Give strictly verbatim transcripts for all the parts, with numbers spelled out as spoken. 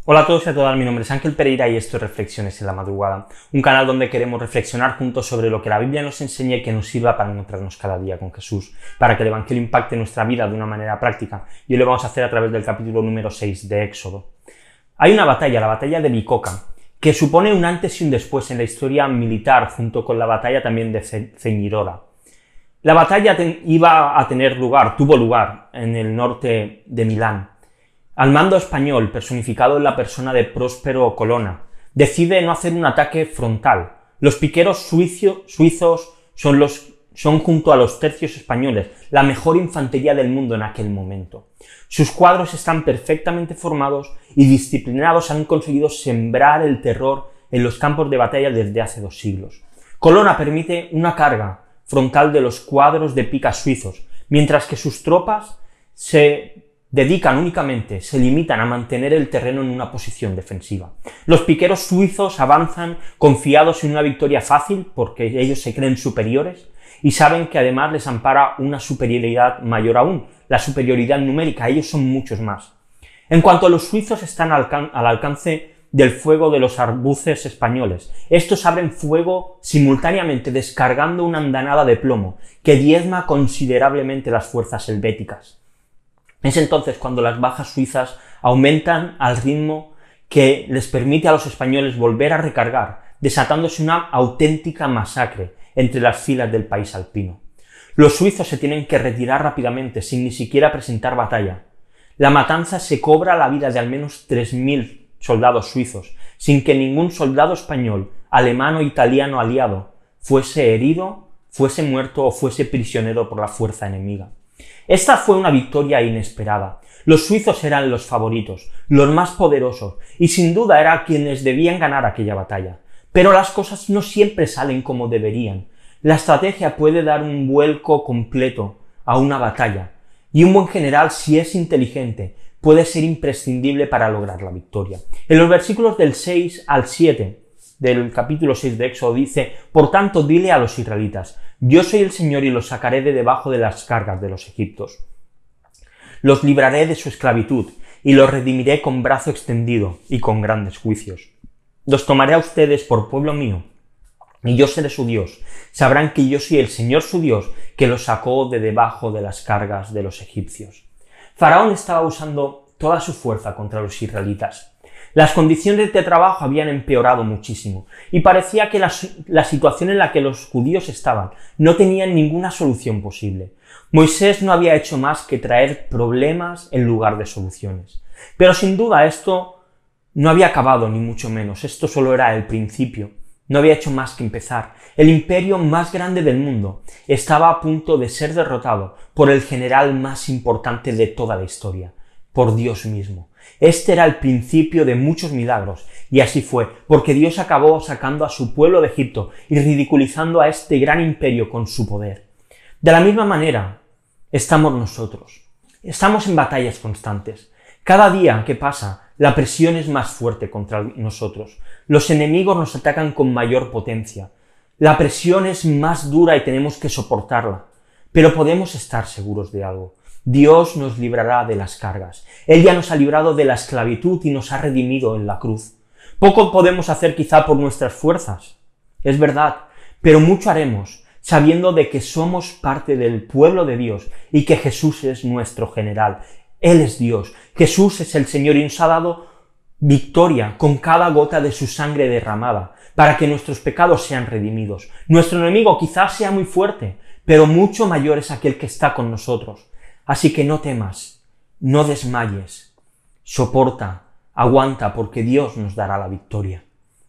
Hola a todos y a todas, mi nombre es Ángel Pereira y esto es Reflexiones en la Madrugada, un canal donde queremos reflexionar juntos sobre lo que la Biblia nos enseña y que nos sirva para encontrarnos cada día con Jesús, para que el Evangelio impacte nuestra vida de una manera práctica, y hoy lo vamos a hacer a través del capítulo número seis de Éxodo. Hay una batalla, la batalla de Bicoca, que supone un antes y un después en la historia militar, junto con la batalla también de Ceñidora. La batalla iba a tener lugar, tuvo lugar, en el norte de Milán. Al mando español, personificado en la persona de Próspero Colonna, decide no hacer un ataque frontal. Los piqueros suizo, suizos son, los, son, junto a los tercios españoles, la mejor infantería del mundo en aquel momento. Sus cuadros están perfectamente formados y disciplinados, han conseguido sembrar el terror en los campos de batalla desde hace dos siglos. Colonna permite una carga frontal de los cuadros de pica suizos, mientras que sus tropas se dedican únicamente, se limitan a mantener el terreno en una posición defensiva. Los piqueros suizos avanzan confiados en una victoria fácil porque ellos se creen superiores y saben que además les ampara una superioridad mayor aún, la superioridad numérica, ellos son muchos más. En cuanto a los suizos, están al, alcan al alcance del fuego de los arbuces españoles. Estos abren fuego simultáneamente descargando una andanada de plomo que diezma considerablemente las fuerzas helvéticas. Es entonces cuando las bajas suizas aumentan al ritmo que les permite a los españoles volver a recargar, desatándose una auténtica masacre entre las filas del país alpino. Los suizos se tienen que retirar rápidamente, sin ni siquiera presentar batalla. La matanza se cobra la vida de al menos tres mil soldados suizos, sin que ningún soldado español, alemán o italiano aliado fuese herido, fuese muerto o fuese prisionero por la fuerza enemiga. Esta fue una victoria inesperada. Los suizos eran los favoritos, los más poderosos, y sin duda eran quienes debían ganar aquella batalla. Pero las cosas no siempre salen como deberían. La estrategia puede dar un vuelco completo a una batalla, y un buen general, si es inteligente, puede ser imprescindible para lograr la victoria. En los versículos del seis al siete del capítulo seis de Éxodo dice: «Por tanto, dile a los israelitas, yo soy el Señor y los sacaré de debajo de las cargas de los egipcios. Los libraré de su esclavitud y los redimiré con brazo extendido y con grandes juicios. Los tomaré a ustedes por pueblo mío y yo seré su Dios. Sabrán que yo soy el Señor su Dios que los sacó de debajo de las cargas de los egipcios». Faraón estaba usando toda su fuerza contra los israelitas. Las condiciones de trabajo habían empeorado muchísimo y parecía que la, la situación en la que los judíos estaban no tenía ninguna solución posible. Moisés no había hecho más que traer problemas en lugar de soluciones. Pero sin duda esto no había acabado, ni mucho menos. Esto solo era el principio. No había hecho más que empezar. El imperio más grande del mundo estaba a punto de ser derrotado por el general más importante de toda la historia, por Dios mismo. Este era el principio de muchos milagros, y así fue, porque Dios acabó sacando a su pueblo de Egipto y ridiculizando a este gran imperio con su poder. De la misma manera, estamos nosotros. Estamos en batallas constantes. Cada día que pasa, la presión es más fuerte contra nosotros. Los enemigos nos atacan con mayor potencia. La presión es más dura y tenemos que soportarla. Pero podemos estar seguros de algo. Dios nos librará de las cargas. Él ya nos ha librado de la esclavitud y nos ha redimido en la cruz. Poco podemos hacer quizá por nuestras fuerzas, es verdad, pero mucho haremos, sabiendo de que somos parte del pueblo de Dios y que Jesús es nuestro general. Él es Dios, Jesús es el Señor y nos ha dado victoria con cada gota de su sangre derramada, para que nuestros pecados sean redimidos. Nuestro enemigo quizás sea muy fuerte, pero mucho mayor es aquel que está con nosotros. Así que no temas, no desmayes, soporta, aguanta, porque Dios nos dará la victoria.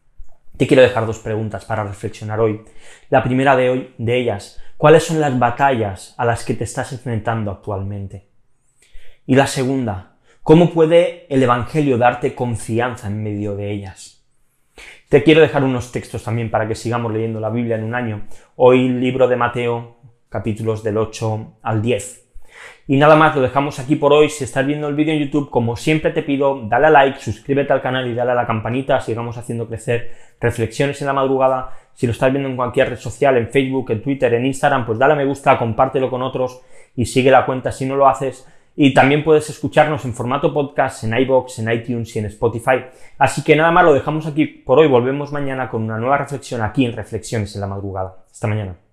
Te quiero dejar dos preguntas para reflexionar hoy. La primera de, hoy, de ellas, ¿cuáles son las batallas a las que te estás enfrentando actualmente? Y la segunda, ¿cómo puede el Evangelio darte confianza en medio de ellas? Te quiero dejar unos textos también para que sigamos leyendo la Biblia en un año. Hoy, libro de Mateo, capítulos del ocho al diez. Y nada más, lo dejamos aquí por hoy. Si estás viendo el vídeo en YouTube, como siempre te pido, dale a like, suscríbete al canal y dale a la campanita, sigamos haciendo crecer Reflexiones en la Madrugada. Si lo estás viendo en cualquier red social, en Facebook, en Twitter, en Instagram, pues dale a me gusta, compártelo con otros y sigue la cuenta si no lo haces. Y también puedes escucharnos en formato podcast en iVoox, en iTunes y en Spotify. Así que nada más, lo dejamos aquí por hoy. Volvemos mañana con una nueva reflexión aquí en Reflexiones en la Madrugada. Hasta mañana.